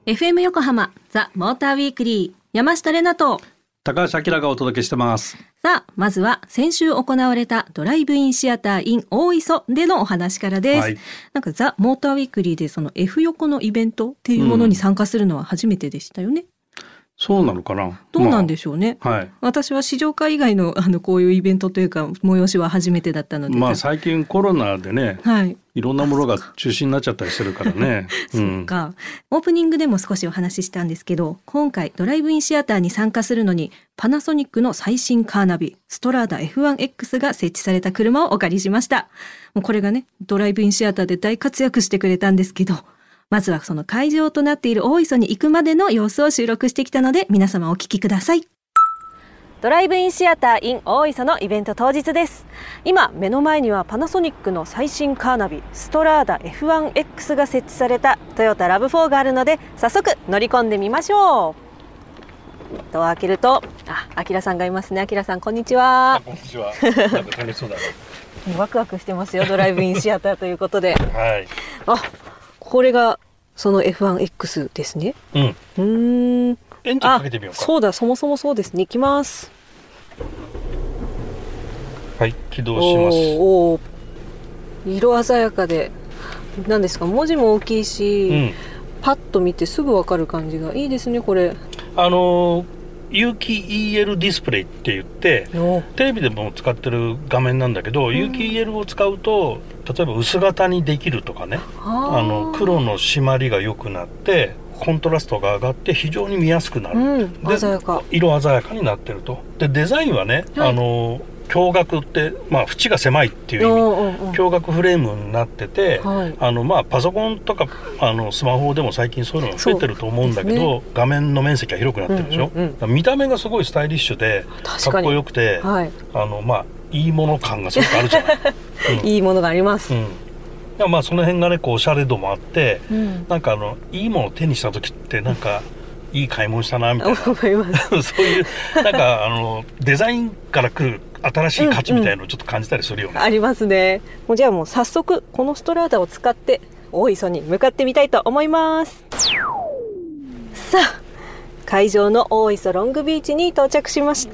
FM 横浜ザ・モーターウィークリー、山下れなと高橋明がお届けしてます。 さあ、まずは先週行われたドライブインシアター in 大磯でのお話からです、はい、なんかザ・モーターウィークリーでその F 横のイベントっていうものに参加するのは初めてでしたよね、 そうなのかな。 どうなんでしょうね、はい、私は試乗会以外のこういうイベントというか催しは初めてだったので、 最近コロナでね、はい、いろんなものが中止になっちゃったりしてるからねそうか、オープニングでも少しお話ししたんですけど、今回ドライブインシアターに参加するのにパナソニックの最新カーナビストラーダ F1X が設置された車をお借りしました。もうこれがね、ドライブインシアターで大活躍してくれたんですけど、まずはその会場となっている大磯に行くまでの様子を収録してきたので、皆様お聞きください。ドライブインシアター in 大磯のイベント当日です。今目の前にはパナソニックの最新カーナビストラーダ F1X が設置されたトヨタ RAV4 があるので、早速乗り込んでみましょう。ドア開けると、あきらさんがいますね。あきらさん、こんにちは。 こんにちは。なんか楽しそうだね。 ワクワクしてますよ、ドライブインシアターということではい。 これがその F1X ですね。 エンジンかけてみようか。 そうだ、そもそもそうですね。行きます。 はい、起動します。 お色鮮やかで、何ですか、文字も大きいし、パッと見てすぐ分かる感じがいいですね、これ。 有機 EL ディスプレイって言って、テレビでも使ってる画面なんだけど、有機 EL を使うと例えば薄型にできるとかね、黒の締まりが良くなってコントラストが上がって非常に見やすくなる、で鮮やか、 色鮮やかになってると。でデザインはね、鏡角って、縁が狭いっていう意味、鏡角フレームになってて、パソコンとかスマホでも最近そういうのが増えてると思うんだけど、画面の面積が広くなってるでしょ、見た目がすごいスタイリッシュでかっこよくて、いいもの感がすごくあるじゃない、 いいものがあります、 その辺がね、こうおしゃれ度もあって、なんかいいものを手にした時ってなんかいい買い物したなみたいなそういうなんかデザインから来る新しい価値みたいなのをちょっと感じたりするよね、 ありますね。じゃあもう早速このストラーダを使って大磯に向かってみたいと思います。さあ、会場の大磯ロングビーチに到着しました。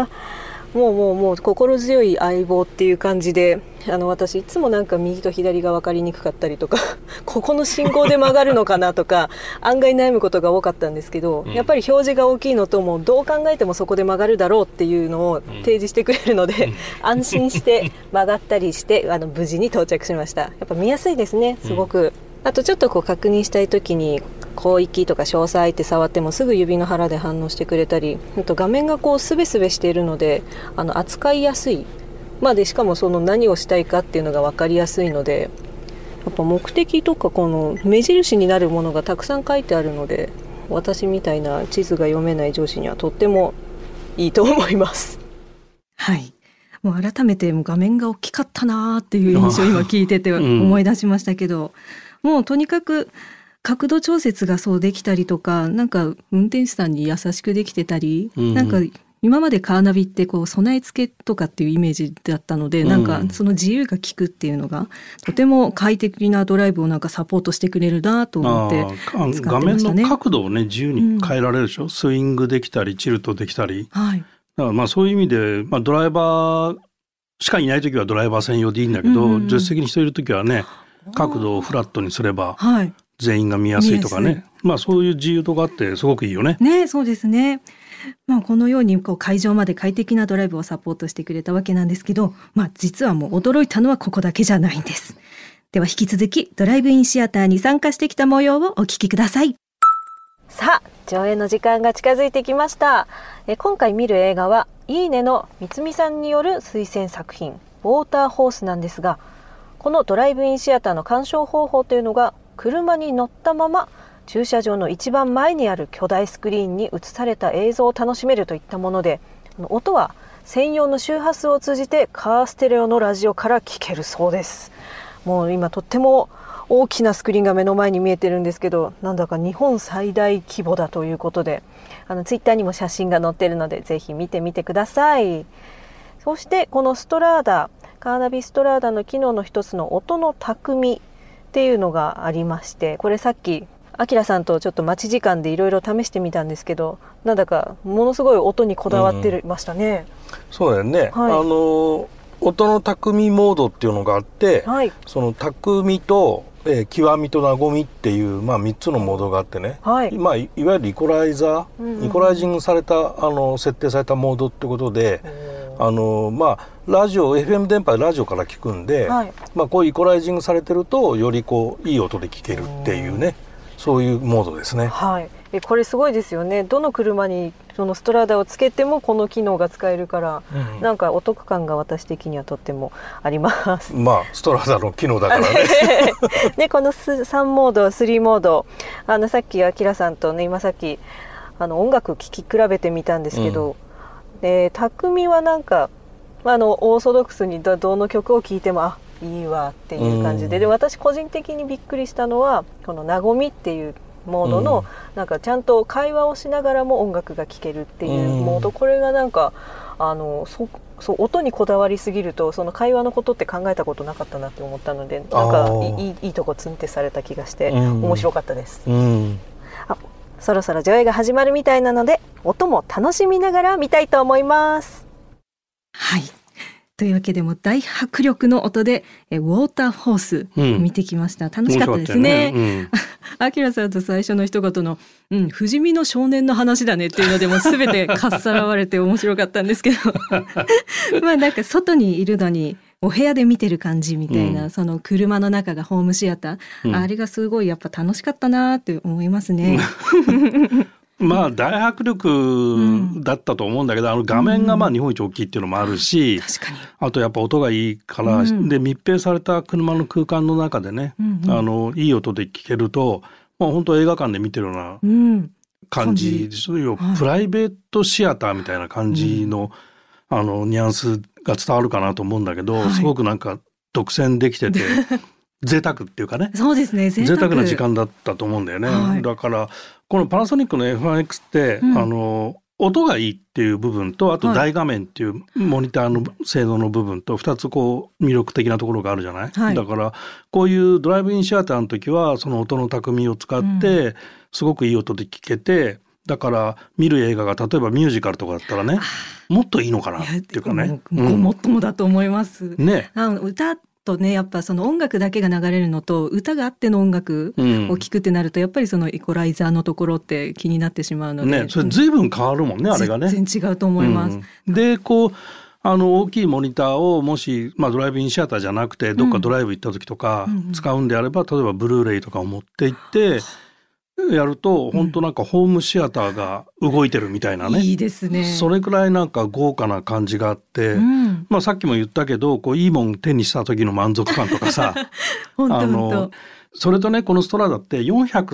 もう心強い相棒っていう感じで、私いつもなんか右と左が分かりにくかったりとかここの信号で曲がるのかなとか案外悩むことが多かったんですけど、やっぱり表示が大きいのと、もうどう考えてもそこで曲がるだろうっていうのを提示してくれるので、安心して曲がったりして無事に到着しました。やっぱ見やすいですね、すごく、あとちょっとこう確認したい時に広域とか詳細って触ってもすぐ指の腹で反応してくれたり、あと画面がこうスベスベしているので扱いやすい、でしかもその何をしたいかっていうのが分かりやすいので、やっぱ目的とかこの目印になるものがたくさん書いてあるので、私みたいな地図が読めない上司にはとってもいいと思います。はい、もう改めて画面が大きかったなっていう印象を今聞いてて思い出しましたけど、もうとにかく角度調節がそうできたりとか、なんか運転手さんに優しくできてたり、なんか今までカーナビってこう備え付けとかっていうイメージだったので、なんかその自由が利くっていうのがとても快適なドライブをなんかサポートしてくれるなと思って使ってましたね。 画面の角度をね、自由に変えられるでしょ、スイングできたりチルトできたり、だからそういう意味で、ドライバーしかいないときはドライバー専用でいいんだけど、助手席に人いるときはね、角度をフラットにすれば全員が見やすいとかね、そういう自由度があってすごくいいよね。 そうですね。このように会場まで快適なドライブをサポートしてくれたわけなんですけど、実はもう驚いたのはここだけじゃないんです。では引き続きドライブインシアターに参加してきた模様をお聞きください。さあ、上映の時間が近づいてきました。今回見る映画はいいねのみつみさんによる推薦作品ウォーターホースなんですが、このドライブインシアターの鑑賞方法というのが、車に乗ったまま駐車場の一番前にある巨大スクリーンに映された映像を楽しめるといったもので、音は専用の周波数を通じてカーステレオのラジオから聞けるそうです。もう今とっても大きなスクリーンが目の前に見えてるんですけど、なんだか日本最大規模だということで、ツイッターにも写真が載ってるのでぜひ見てみてください。そしてこのストラーダ、カーナビストラーダの機能の一つの音の巧みっていうのがありまして、これさっきあきらさんとちょっと待ち時間でいろいろ試してみたんですけど、なんだかものすごい音にこだわってましたね。 そうだよね、音の匠モードっていうのがあって、その匠と、極みと和みっていう、3つのモードがあってね、いわゆるイコライザー、イコライジングされた設定されたモードってことで、ラジオ FM 電波でラジオから聞くんで、こういうイコライジングされてるとよりこういい音で聞けるっていうね、そういうモードですね。 これすごいですよね。どの車にそのストラダをつけてもこの機能が使えるから、なんかお得感が私的にはとってもあります。 ストラダの機能だからね。 でこの3モード3モード、さっきあきらさんとね、今さっき音楽聴き比べてみたんですけど、匠はなんかオーソドックスにどの曲を聴いてもいいわっていう感じで、で私個人的にびっくりしたのはこの和みっていうモードの、なんかちゃんと会話をしながらも音楽が聴けるっていうモード、これがなんかそう音にこだわりすぎるとその会話のことって考えたことなかったなって思ったので、なんかいいとこツンってされた気がして面白かったです。そろそろ上映が始まるみたいなので音も楽しみながら見たいと思います。はい、というわけでも大迫力の音でウォーターホース見てきました。楽しかったですね。あきらさんと最初の一言の不死身の少年の話だねっていうのでも全てかっさらわれて面白かったんですけどなんか外にいるのにお部屋で見てる感じみたいな、その車の中がホームシアター、あれがすごいやっぱ楽しかったなって思いますね。 大迫力だったと思うんだけど、画面が日本一大きいっていうのもあるし、あとやっぱ音がいいから、で密閉された車の空間の中でね、いい音で聞けると、本当映画館で見てるような感じですよ。プライベートシアターみたいな感じの、ニュアンスが伝わるかなと思うんだけど、すごくなんか独占できてて贅沢っていうかね、 そうですね、 贅沢な時間だったと思うんだよね。だからこのパナソニックの F1X って、音がいいっていう部分と、あと大画面っていうモニターの性能の部分と2つこう魅力的なところがあるじゃない、だからこういうドライブインシアターの時はその音の巧みを使ってすごくいい音で聴けて、だから見る映画が例えばミュージカルとかだったらね、もっといいのかなっていうかね、 もっともだと思いますね。歌とね、やっぱその音楽だけが流れるのと歌があっての音楽を聴くってなると、やっぱりそのイコライザーのところって気になってしまうので、 それ随分変わるもんね、あれがね。 全然違うと思います。 でこう大きいモニターをもし、ドライブインシアターじゃなくてどっかドライブ行った時とか使うんであれば、例えばブルーレイとかを持って行ってやると、本当なんかホームシアターが動いてるみたいなね、 いいですね。 それくらいなんか豪華な感じがあって、さっきも言ったけど、こういいもん手にした時の満足感とかさそれとね、このストラダって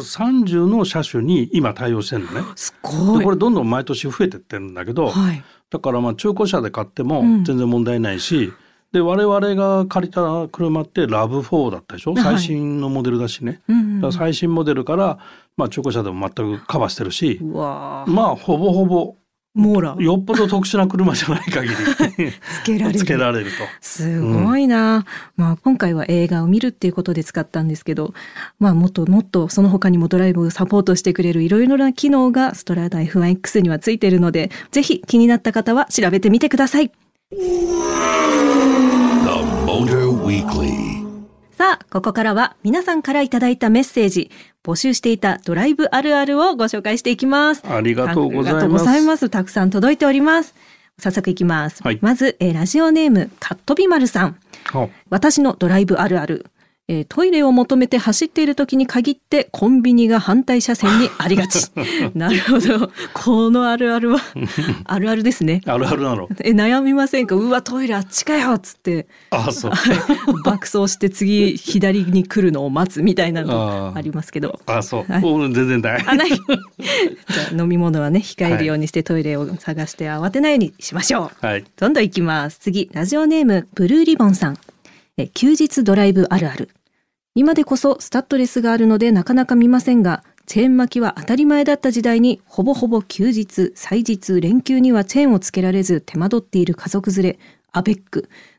430の車種に今対応してるのね。 すごい。 でこれどんどん毎年増えてってるんだけど、だから中古車で買っても全然問題ないし、で我々が借りた車ってラブ4だったでしょ、最新のモデルだしね、だから最新モデルから中古車でも全くカバーしてるし、ほぼほぼモーラーよっぽど特殊な車じゃない限りつけられると。 すごいな、今回は映画を見るっていうことで使ったんですけど、もっともっとその他にもドライブをサポートしてくれるいろいろな機能がストラダ F1X にはついているので、ぜひ気になった方は調べてみてください。さあ、ここからは皆さんからいただいたメッセージ、募集していたドライブあるあるをご紹介していきます。 ありがとうございます。 たくさん届いております。早速いきます。まず、ラジオネームかっとびまるさん。私のドライブあるある。トイレを求めて走っている時に限ってコンビニが反対車線にありがち。なるほど。このあるあるはあるあるですね。 あるあるなの。 悩みませんか？うわ、トイレあっちかよっつって。 そう。 爆走して次左に来るのを待つみたいなのありますけど。 そう。全然ない。 ない。じゃあ飲み物はね、控えるようにしてトイレを探して慌てないようにしましょう。どんどんいきます。次、ラジオネームブルーリボンさん。休日ドライブあるある。今でこそスタッドレスがあるのでなかなか見ませんが、チェーン巻きは当たり前だった時代にほぼほぼ休日、祭日、連休にはチェーンをつけられず手間取っている家族連れ、アベック。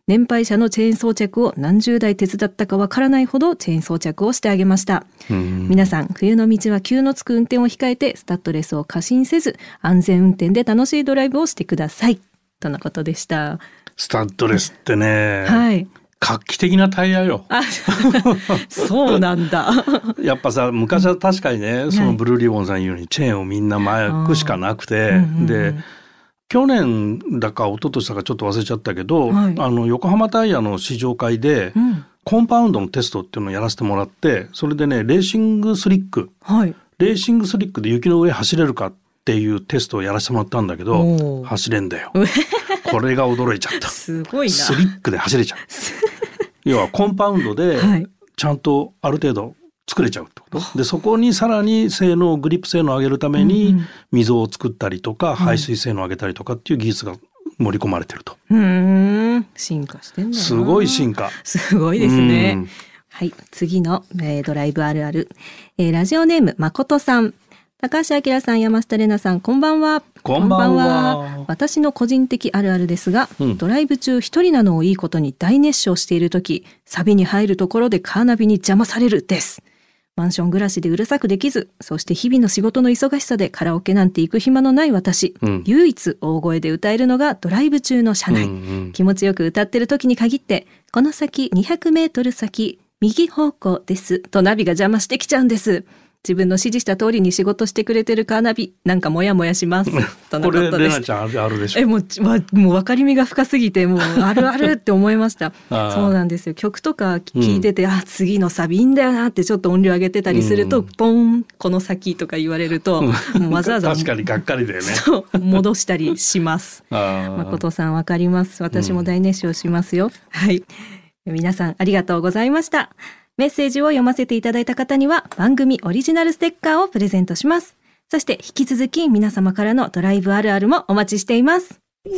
年配者のチェーン装着を何十台手伝ったかわからないほどチェーン装着をしてあげました。皆さん、冬の道は急のつく運転を控えてスタッドレスを過信せず安全運転で楽しいドライブをしてくださいとのことでした。 スタッドレスってね、 はい、 画期的なタイヤよ。 そうなんだ。 やっぱさ、昔は確かにね、そのブルーリボンさん言うようにチェーンをみんな巻くしかなくて、で去年だか一昨年だかちょっと忘れちゃったけど、横浜タイヤの試乗会で、コンパウンドのテストっていうのをやらせてもらって、それでね、レーシングスリックで雪の上走れるかっていうテストをやらせてもらったんだけど、走れんだよ。これが驚いちゃった。 すごいな。 スリックで走れちゃう。要はコンパウンドでちゃんとある程度作れちゃうってこと、でそこにさらにグリップ性能を上げるために溝を作ったりとか、排水性能を上げたりとかっていう技術が盛り込まれてると。 進化してんだな。 すごい進化。 すごいですね。はい、次の、ドライブあるある、ラジオネーム誠さん。高橋明さん、山下玲奈さん、こんばんは。 こんばんは。 私の個人的あるあるですが、ドライブ中一人なのをいいことに大熱唱しているとき、サビに入るところでカーナビに邪魔されるです。マンション暮らしでうるさくできず、そして日々の仕事の忙しさでカラオケなんて行く暇のない私、唯一大声で歌えるのがドライブ中の車内。気持ちよく歌ってる時に限って、この先200メートル先、右方向ですとナビが邪魔してきちゃうんです。自分の指示した通りに仕事してくれてるカーナビ、なんかモヤモヤします。とのことです。 これレナちゃんあるでしょ。 もう分かりみが深すぎて、もうあるあるって思いました。そうなんですよ。曲とか聞いてて、次のサビいいんだよなってちょっと音量上げてたりすると、ポンこの先とか言われると、もうわざわざ確かにがっかりだよね。 そう戻したりします。誠さん分かります。私も大熱唱しますよ。はい。皆さんありがとうございました。メッセージを読ませていただいた方には番組オリジナルステッカーをプレゼントします。そして引き続き皆様からのドライブあるあるもお待ちしています。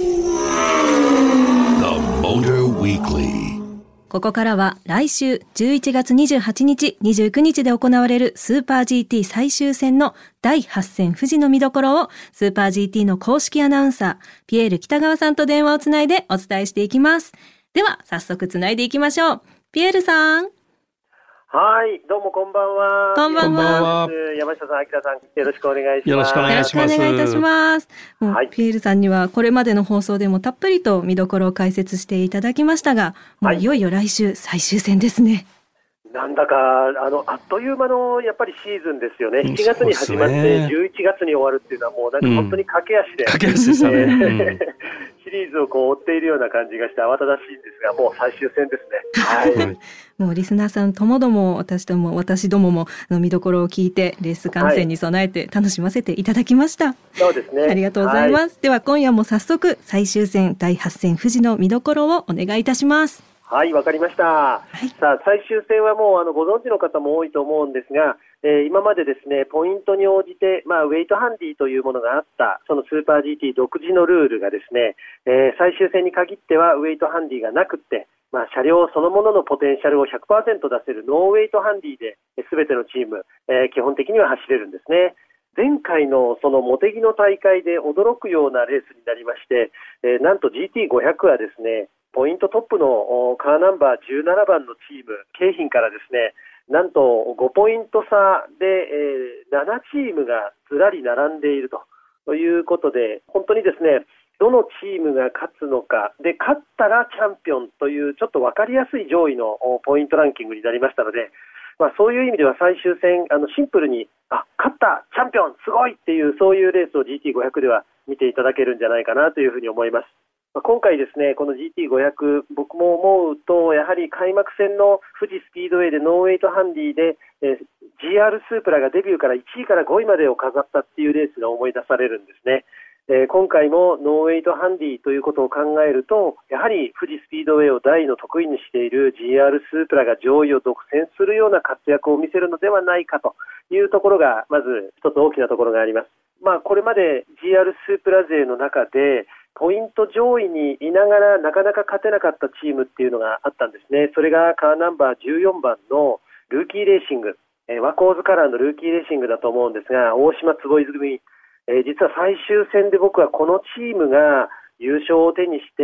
ここからは来週11月28日、29日で行われるスーパー GT 最終戦の第8戦富士の見どころをスーパー GT の公式アナウンサーピエール北川さんと電話をつないでお伝えしていきます。では早速つないでいきましょう。ピエールさん。 はい、どうもこんばんは。 こんばんは。 山下さん、秋田さん、よろしくお願いします。 よろしくお願いします。 よろしくお願いいたします。ピエールさんにはこれまでの放送でもたっぷりと見どころを解説していただきましたが、もういよいよ来週最終戦ですね。 なんだかあっという間のやっぱりシーズンですよね。7月に始まって11月に終わるっていうのはもうなんか本当に駆け足で、 駆け足でしたね。 シリーズを追っているような感じがして慌ただしいんですが、もう最終戦ですね。はい。 もうリスナーさんともども私どもも見どころを聞いてレース観戦に備えて楽しませていただきました。 そうですね。 ありがとうございます。では今夜も早速最終戦第8戦富士の見どころをお願いいたします。 はい、わかりました。さあ最終戦はもうご存知の方も多いと思うんですが、今までですねポイントに応じて、ウェイトハンディというものがあったそのスーパー GT 独自のルールがですね、最終戦に限ってはウェイトハンディがなくって、車両そのもののポテンシャルを 100% 出せるノーウェイトハンディで全てのチーム、基本的には走れるんですね。前回のその茂木の大会で驚くようなレースになりまして、なんと GT500 はですねポイントトップのカーナンバー17番のチーム京浜からですねなんと5ポイント差で、7チームがずらり並んでいるということで、本当にですねどのチームが勝つのかで、勝ったらチャンピオンというちょっと分かりやすい上位のポイントランキングになりましたので、そういう意味では最終戦シンプルに勝ったチャンピオンすごいっていうそういうレースを GT500 では見ていただけるんじゃないかなというふうに思います。今回ですねこの GT500 僕も思うとやはり開幕戦の富士スピードウェイでノーウェイトハンディで、GR スープラがデビューから1位から5位までを飾ったっていうレースが思い出されるんですね。今回もノーウェイトハンディということを考えるとやはり富士スピードウェイを大の得意にしている GR スープラが上位を独占するような活躍を見せるのではないかというところがまず一つ大きなところがあります。これまで GR スープラ勢の中でポイント上位にいながらなかなか勝てなかったチームっていうのがあったんですね。それがカーナンバー14番のルーキーレーシング、ワコーズカラーのルーキーレーシングだと思うんですが、大島坪井組、実は最終戦で僕はこのチームが優勝を手にして、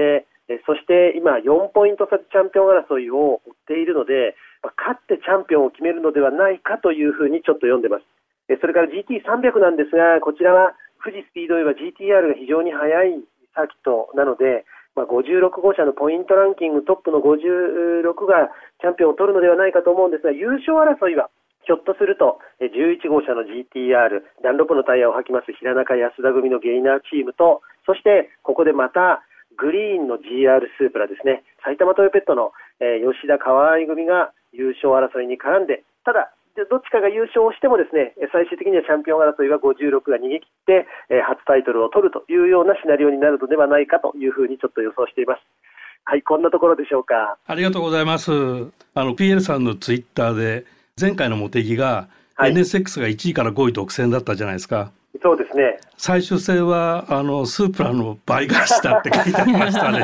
そして今4ポイント差でチャンピオン争いを追っているので、勝ってチャンピオンを決めるのではないかというふうにちょっと読んでます。それから GT300 なんですが、こちらは富士スピードウェイは GTR が非常に速いサーキットなので、56号車のポイントランキングトップの56がチャンピオンを取るのではないかと思うんですが、優勝争いはひょっとすると11号車の GTR、 ダンロップのタイヤを履きます平中安田組のゲイナーチームと、そしてここでまたグリーンの GR スープラですね、埼玉トヨペットの吉田川合組が優勝争いに絡んで、ただどっちかが優勝してもですね、最終的にはチャンピオン争いは56が逃げ切って初タイトルを取るというようなシナリオになるのではないかというふうにちょっと予想しています。はい、こんなところでしょうか。 ありがとうございます。PL さんのツイッターで前回の茂木が、NSX が1位から5位独占だったじゃないですか。 そうですね。 最終戦はスープラの倍返しだって書いてありましたね。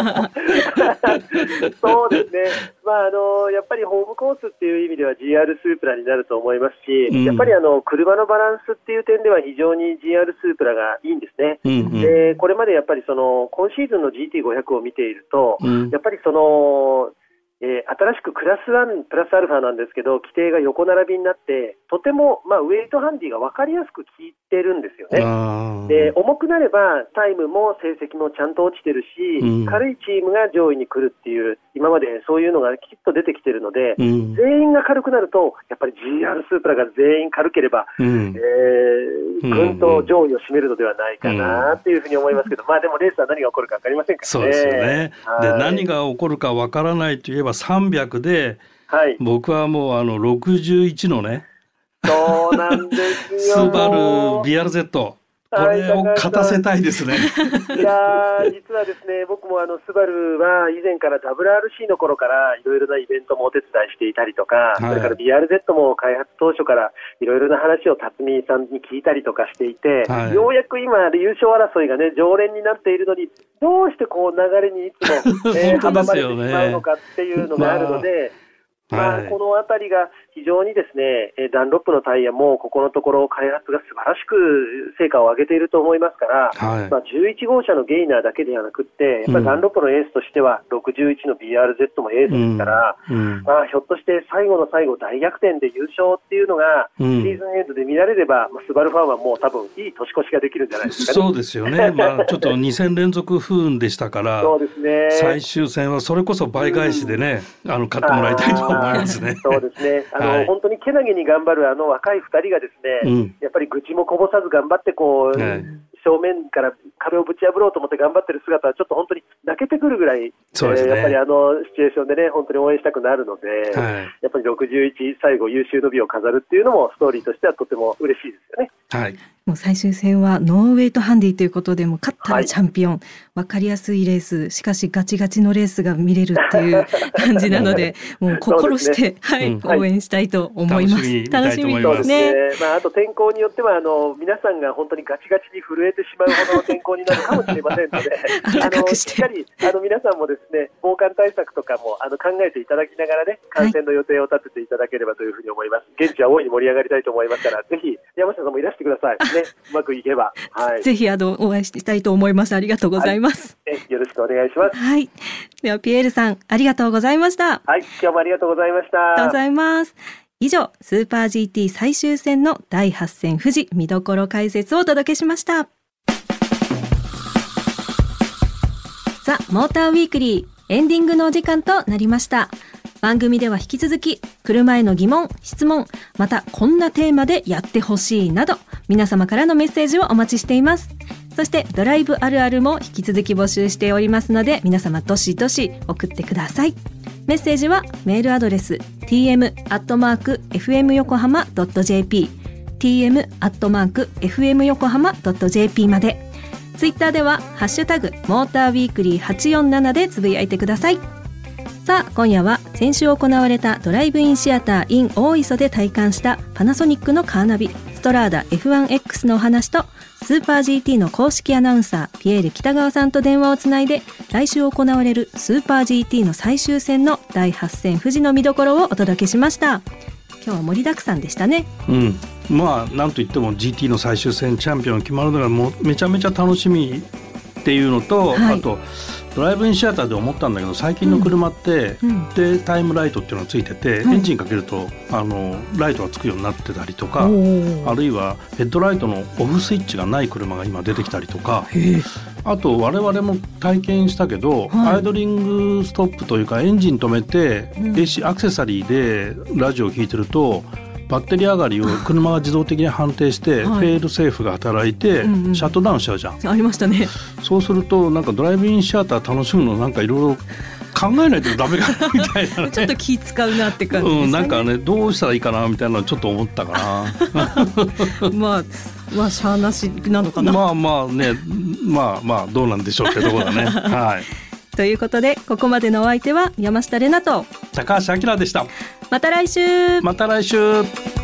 そうですね。やっぱりホームコースっていう意味では GR スープラになると思いますし、やっぱり車のバランスっていう点では非常に GR スープラがいいんですね。で、これまでやっぱり今シーズンの GT500 を見ていると、やっぱり新しくクラス1プラスアルファなんですけど、規定が横並びになって、とても、ウェイトハンディが分かりやすく効いてるんですよね。で、重くなればタイムも成績もちゃんと落ちてるし、軽いチームが上位に来るっていう、今までそういうのがきっと出てきてるので、全員が軽くなると、やっぱり GR スープラが全員軽ければ、ぐんと上位を占めるのではないかなというふうに思いますけど、でもレースは何が起こるか分かりませんからね。そうですよね。で、何が起こるか分からないといえば300で、僕はもう61のね、 そうなんですよ。 スバル BRZ、これを勝たせたいですね。 いや実はですね、僕もスバルは以前から WRC の頃からいろいろなイベントもお手伝いしていたりとか、それから BRZ も開発当初からいろいろな話を辰巳さんに聞いたりとかしていて、ようやく今優勝争いがね常連になっているのに、どうしてこう流れにいつも、阻まれてしまうのかっていうのがあるので、このあたりが非常にですね、ダンロップのタイヤもここのところ開発が素晴らしく成果を上げていると思いますから、11号車のゲイナーだけではなくって、やっぱりダンロップのエースとしては61の BRZ もエースですから、ひょっとして最後の最後大逆転で優勝っていうのがシーズンエンドで見られれば、スバルファンはもう多分いい年越しができるんじゃないですかね。 そうですよね。ちょっと2戦連続不運でしたから、そうですね、最終戦はそれこそ倍返しでね、勝ってもらいたいと思いますね。 そうですね。本当にけなげに頑張る若い2人がですね、やっぱり愚痴もこぼさず頑張って正面から壁をぶち破ろうと思って頑張ってる姿はちょっと本当に泣けてくるぐらい、やっぱりシチュエーションでね本当に応援したくなるので、やっぱり61最後優秀の美を飾るっていうのもストーリーとしてはとても嬉しいですよね。 もう最終戦はノーウェイトハンディということで、もう勝ったらチャンピオン、分かりやすいレース、しかしガチガチのレースが見れるっていう感じなのでもう心して、応援したいと思います。楽しみですね。 あと天候によっては皆さんが本当にガチガチに震えてしまうほどの天候になるかもしれませんのでしっかり皆さんもですね、防寒対策とかも考えていただきながらね、観戦の予定を立てていただければというふうに思います。現地は大いに盛り上がりたいと思いますから、ぜひ山下さんもいらしてくださいね。うまくいけば、 ぜひ応援したいと思います。ありがとうございます。 よろしくお願いします。 ではピエールさん、ありがとうございました。 今日もありがとうございました。 ありがとうございます。以上、スーパー GT 最終戦の第8戦富士見どころ解説をお届けしました。ザ・モーターウィークリーエンディングのお時間となりました。番組では引き続き車への疑問、質問、またこんなテーマでやってほしいなど皆様からのメッセージをお待ちしています。そしてドライブあるあるも引き続き募集しておりますので、皆様どしどし送ってください。メッセージはメールアドレス tm@fmyokohama.jp tm@fmyokohama.jp まで。ツイッターではハッシュタグモーターウィークリー847でつぶやいてください。さあ今夜は先週行われたドライブインシアター in 大磯で体感したパナソニックのカーナビストラーダ F1X のお話と、スーパー GT の公式アナウンサーピエール北川さんと電話をつないで、来週行われるスーパー GT の最終戦の第8戦富士の見どころをお届けしました。今日は盛りだくさんでしたね。 なんといっても GT の最終戦チャンピオン決まるのがもうめちゃめちゃ楽しみっていうのと、はい、あとドライブインシアターで思ったんだけど、最近の車って、デイタイムライトっていうのがついてて、エンジンかけるとライトがつくようになってたりとか、あるいはヘッドライトのオフスイッチがない車が今出てきたりとか、あと我々も体験したけど、アイドリングストップというかエンジン止めて、AC アクセサリーでラジオを聴いてるとバッテリー上がりを車が自動的に判定して、フェールセーフが働いて、シャットダウンしちゃうじゃん。 ありましたね。 そうするとなんかドライブインシアター楽しむのなんかいろいろ考えないとダメかなみたいな、ね、 ちょっと気使うなって感じですね。 なんかね、どうしたらいいかなみたいなのちょっと思ったかなまあしゃーなしなのかな。 まあね、まあどうなんでしょうってところだねはいということで、ここまでのお相手は山下玲奈と高橋明でした。 また来週。 また来週。